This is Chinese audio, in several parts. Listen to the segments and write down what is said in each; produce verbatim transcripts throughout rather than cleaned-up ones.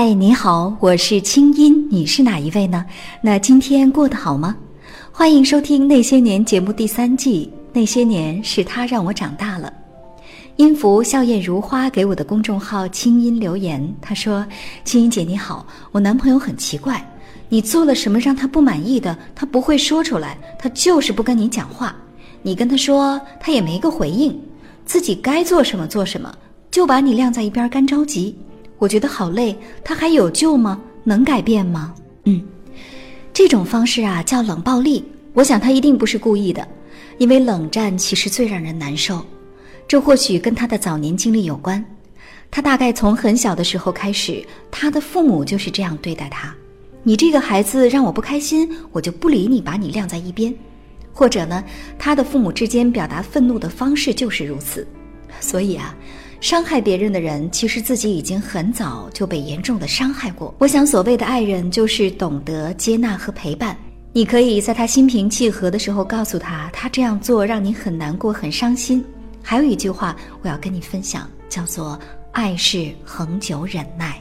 嗨，你好，我是清音，你是哪一位呢？那今天过得好吗？欢迎收听那些年节目第三季，那些年是他让我长大了。音符笑靥如花给我的公众号清音留言，他说：清音姐你好，我男朋友很奇怪，你做了什么让他不满意的，他不会说出来，他就是不跟你讲话，你跟他说他也没个回应，自己该做什么做什么，就把你晾在一边干着急。我觉得好累，他还有救吗？能改变吗？嗯，这种方式啊叫冷暴力，我想他一定不是故意的，因为冷战其实最让人难受。这或许跟他的早年经历有关，他大概从很小的时候开始，他的父母就是这样对待他，你这个孩子让我不开心，我就不理你，把你晾在一边。或者呢，他的父母之间表达愤怒的方式就是如此。所以啊，伤害别人的人其实自己已经很早就被严重的伤害过。我想所谓的爱人就是懂得接纳和陪伴，你可以在他心平气和的时候告诉他，他这样做让你很难过很伤心。还有一句话我要跟你分享，叫做爱是恒久忍耐。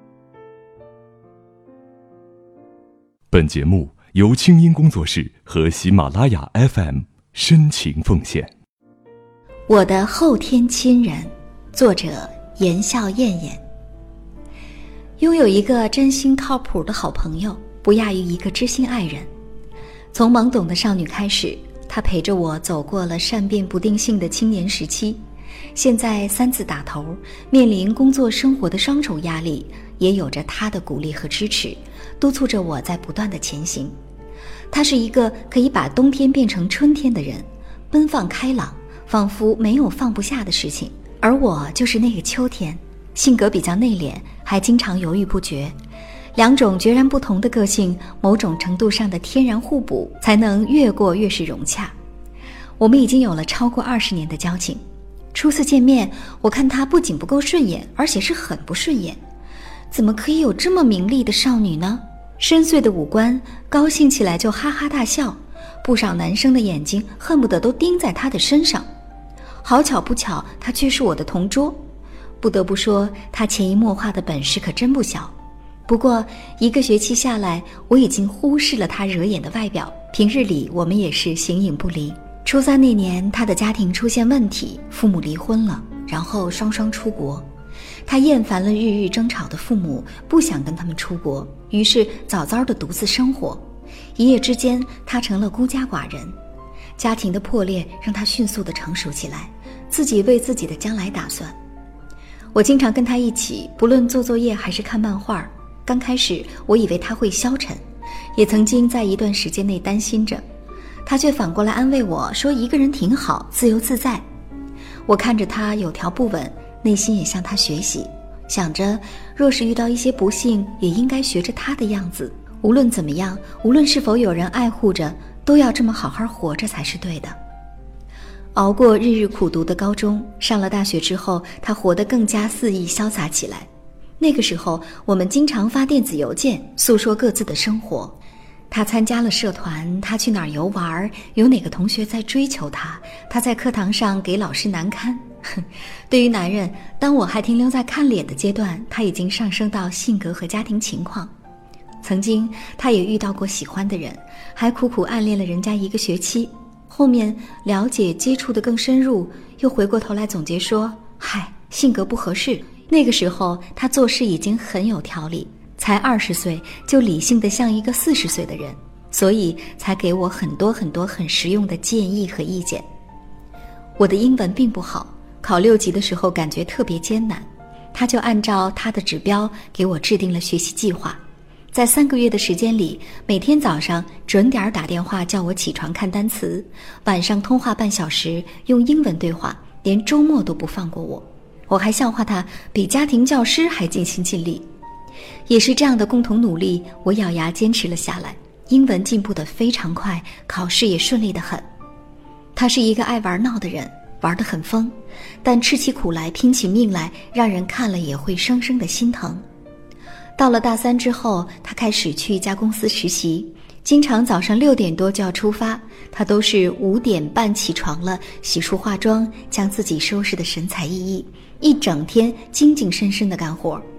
本节目由清音工作室和喜马拉雅 F M 深情奉献。 我的后天亲人，作者言笑晏晏。拥有一个真心靠谱的好朋友，不亚于一个知心爱人。从懵懂的少女开始，她陪着我走过了善变不定性的青年时期，现在三字打头，面临工作生活的双重压力，也有着她的鼓励和支持，督促着我在不断的前行。她是一个可以把冬天变成春天的人，奔放开朗，仿佛没有放不下的事情。而我就是那个秋天，性格比较内敛，还经常犹豫不决。两种决然不同的个性，某种程度上的天然互补，才能越过越是融洽。我们已经有了超过二十年的交情。初次见面，我看她不仅不够顺眼，而且是很不顺眼。怎么可以有这么明丽的少女呢？深邃的五官，高兴起来就哈哈大笑，不少男生的眼睛恨不得都盯在她的身上。好巧不巧，她却是我的同桌。不得不说，她潜移默化的本事可真不小。不过一个学期下来，我已经忽视了她惹眼的外表，平日里我们也是形影不离。初三那年，她的家庭出现问题，父母离婚了，然后双双出国。她厌烦了日日争吵的父母，不想跟他们出国，于是早早的独自生活。一夜之间，她成了孤家寡人。家庭的破裂让她迅速地成熟起来，自己为自己的将来打算。我经常跟她一起，不论做作业还是看漫画。刚开始我以为她会消沉，也曾经在一段时间内担心着，她却反过来安慰我说一个人挺好，自由自在。我看着她有条不紊，内心也向她学习，想着若是遇到一些不幸，也应该学着她的样子。无论怎么样，无论是否有人爱护着，都要这么好好活着才是对的。熬过日日苦读的高中，上了大学之后，她活得更加肆意潇洒起来。那个时候我们经常发电子邮件，诉说各自的生活。她参加了社团，她去哪儿游玩，有哪个同学在追求她，她在课堂上给老师难堪。对于男人，当我还停留在看脸的阶段，她已经上升到性格和家庭情况。曾经她也遇到过喜欢的人，还苦苦暗恋了人家一个学期，后面了解接触得更深入，又回过头来总结说，嗨，性格不合适。那个时候她做事已经很有条理，才二十岁就理性得像一个四十岁的人，所以才给我很多很多很实用的建议和意见。我的英文并不好，考六级的时候感觉特别艰难，她就按照她的指标给我制定了学习计划。在三个月的时间里，每天早上准点打电话叫我起床看单词，晚上通话半小时，用英文对话，连周末都不放过我。我还笑话他比家庭教师还尽心尽力。也是这样的共同努力，我咬牙坚持了下来，英文进步得非常快，考试也顺利得很。他是一个爱玩闹的人，玩得很疯，但吃起苦来拼起命来，让人看了也会生生的心疼。到了大三之后，他开始去一家公司实习，经常早上六点多就要出发，他都是五点半起床了，洗漱化妆，将自己收拾得神采奕奕，一整天精精神神的干活。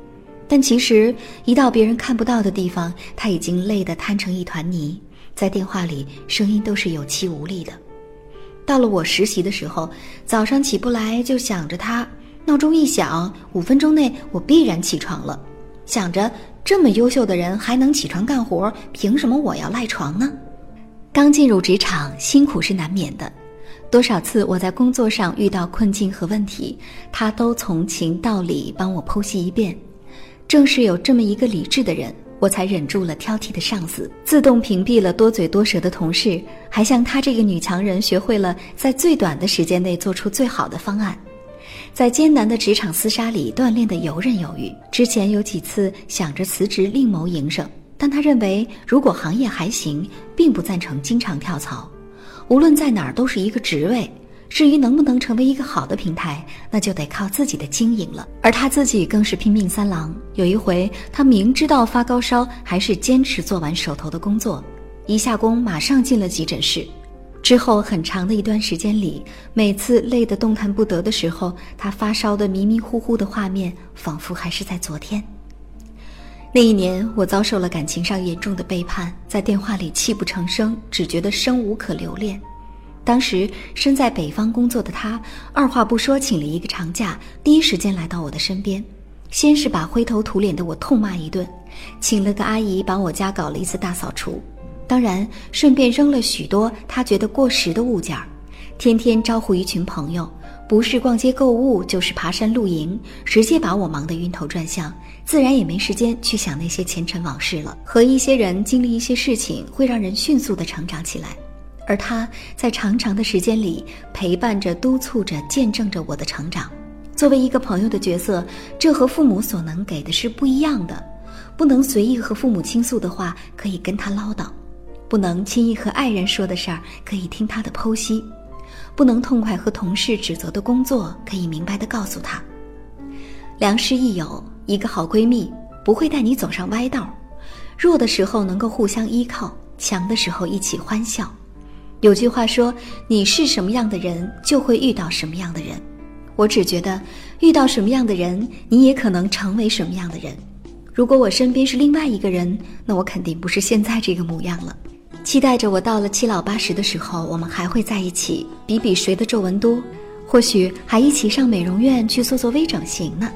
但其实一到别人看不到的地方，他已经累得瘫成一团泥，在电话里声音都是有气无力的。到了我实习的时候，早上起不来就想着他，闹钟一响，五分钟内我必然起床了，想着这么优秀的人还能起床干活，凭什么我要赖床呢？刚进入职场，辛苦是难免的，多少次我在工作上遇到困境和问题，他都从情到理帮我剖析一遍。正是有这么一个理智的人，我才忍住了挑剔的上司，自动屏蔽了多嘴多舌的同事，还像他这个女强人学会了在最短的时间内做出最好的方案，在艰难的职场厮杀里锻炼得游刃有余。之前有几次想着辞职另谋营生，但他认为如果行业还行，并不赞成经常跳槽，无论在哪儿都是一个职位，至于能不能成为一个好的平台，那就得靠自己的经营了。而他自己更是拼命三郎，有一回他明知道发高烧，还是坚持做完手头的工作，一下工马上进了急诊室。之后很长的一段时间里，每次累得动弹不得的时候，他发烧的迷迷糊糊的画面仿佛还是在昨天。那一年我遭受了感情上严重的背叛，在电话里泣不成声，只觉得生无可留恋。当时身在北方工作的他，二话不说请了一个长假，第一时间来到我的身边，先是把灰头土脸的我痛骂一顿，请了个阿姨帮我家搞了一次大扫除，当然顺便扔了许多他觉得过时的物件，天天招呼一群朋友，不是逛街购物就是爬山露营，直接把我忙得晕头转向，自然也没时间去想那些前尘往事了。和一些人经历一些事情，会让人迅速地成长起来，而他在长长的时间里陪伴着、督促着、见证着我的成长。作为一个朋友的角色，这和父母所能给的是不一样的。不能随意和父母倾诉的话，可以跟他唠叨；不能轻易和爱人说的事儿，可以听他的剖析；不能痛快和同事指责的工作，可以明白地告诉他。良师益友，一个好闺蜜不会带你走上歪道，弱的时候能够互相依靠，强的时候一起欢笑。有句话说，你是什么样的人，就会遇到什么样的人。我只觉得，遇到什么样的人，你也可能成为什么样的人。如果我身边是另外一个人，那我肯定不是现在这个模样了。期待着我到了七老八十的时候，我们还会在一起，比比谁的皱纹多，或许还一起上美容院去做做微整形呢。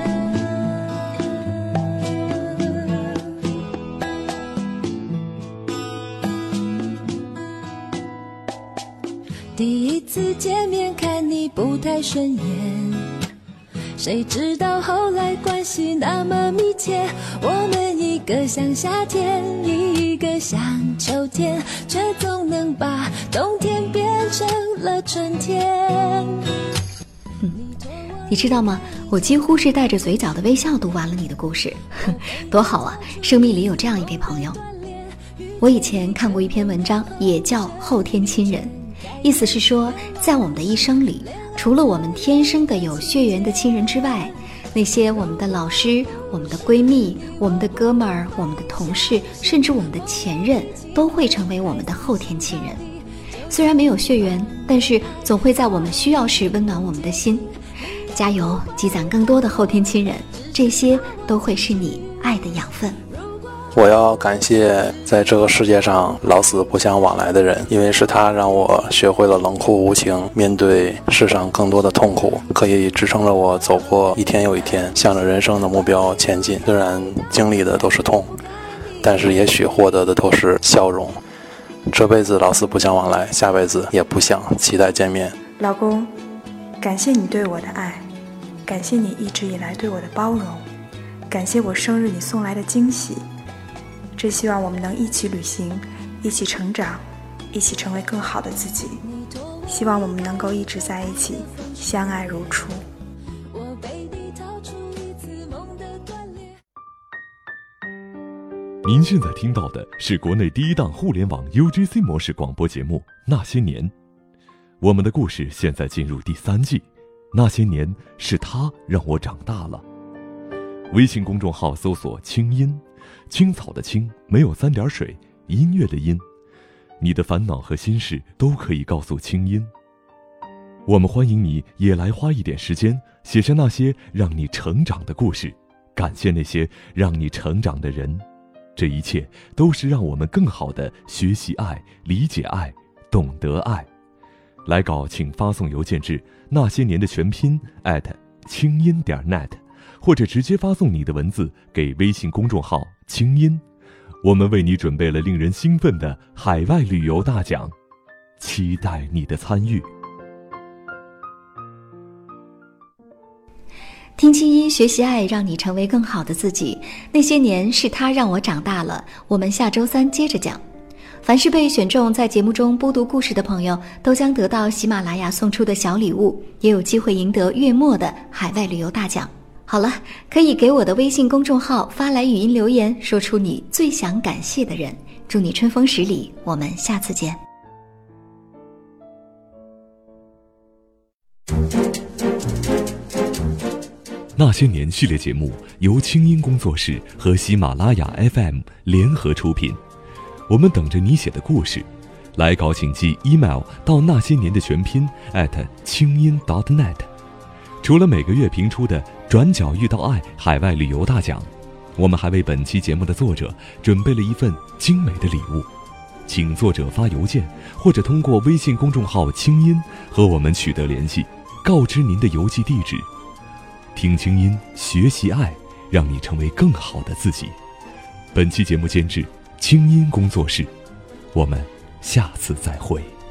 第一次见面看你不太顺眼，谁知道后来关系那么密切，我们一个像夏天，一个像秋天，却总能把冬天变成了春天。 嗯，你知道吗？我几乎是带着嘴角的微笑读完了你的故事，多好啊！生命里有这样一位朋友。我以前看过一篇文章，也叫《后天亲人》。意思是说，在我们的一生里，除了我们天生的有血缘的亲人之外，那些我们的老师、我们的闺蜜、我们的哥们儿、我们的同事，甚至我们的前任，都会成为我们的后天亲人。虽然没有血缘，但是总会在我们需要时温暖我们的心。加油，积攒更多的后天亲人，这些都会是你爱的养分。 我要感谢在这个世界上老死不相往来的人，因为是他让我学会了冷酷无情，面对世上更多的痛苦，可以支撑着我走过一天又一天，向着人生的目标前进。虽然经历的都是痛，但是也许获得的都是笑容。这辈子老死不相往来，下辈子也不想期待见面。 老公，感谢你对我的爱，感谢你一直以来对我的包容，感谢我生日你送来的惊喜。只希望我们能一起旅行，一起成长，一起成为更好的自己。希望我们能够一直在一起，相爱如初。 您现在听到的是国内第一档互联网 U G C 模式广播节目《那些年》，我们的故事现在进入第三季。那些年是他让我长大了。微信公众号搜索清音，青草的青，没有三点水，音乐的音。你的烦恼和心事都可以告诉清音。我们欢迎你也来花一点时间，写下那些让你成长的故事。 感谢那些让你成长的人，这一切都是让我们更好地学习爱、理解爱、懂得爱。来稿请发送邮件至那些年的全拼 at 清音点 net， 或者直接发送你的文字给微信公众号清音。我们为你准备了令人兴奋的海外旅游大奖，期待你的参与。 听清音，学习爱，让你成为更好的自己。那些年是他让我长大了。我们下周三接着讲。凡是被选中在节目中播读故事的朋友，都将得到喜马拉雅送出的小礼物，也有机会赢得月末的海外旅游大奖。好了，可以给我的微信公众号发来语音留言，说出你最想感谢的人。祝你春风十里，我们下次见。 那些年系列节目由清音工作室和喜马拉雅 F M 联合出品，我们等着你写的故事。来稿请寄 email 到那些年的全拼 at 清音 .net。 除了每个月评出的转角遇到爱海外旅游大奖，我们还为本期节目的作者准备了一份精美的礼物，请作者发邮件或者通过微信公众号清音和我们取得联系，告知您的邮寄地址。听清音，学习爱，让你成为更好的自己。本期节目监制清音工作室，我们下次再会。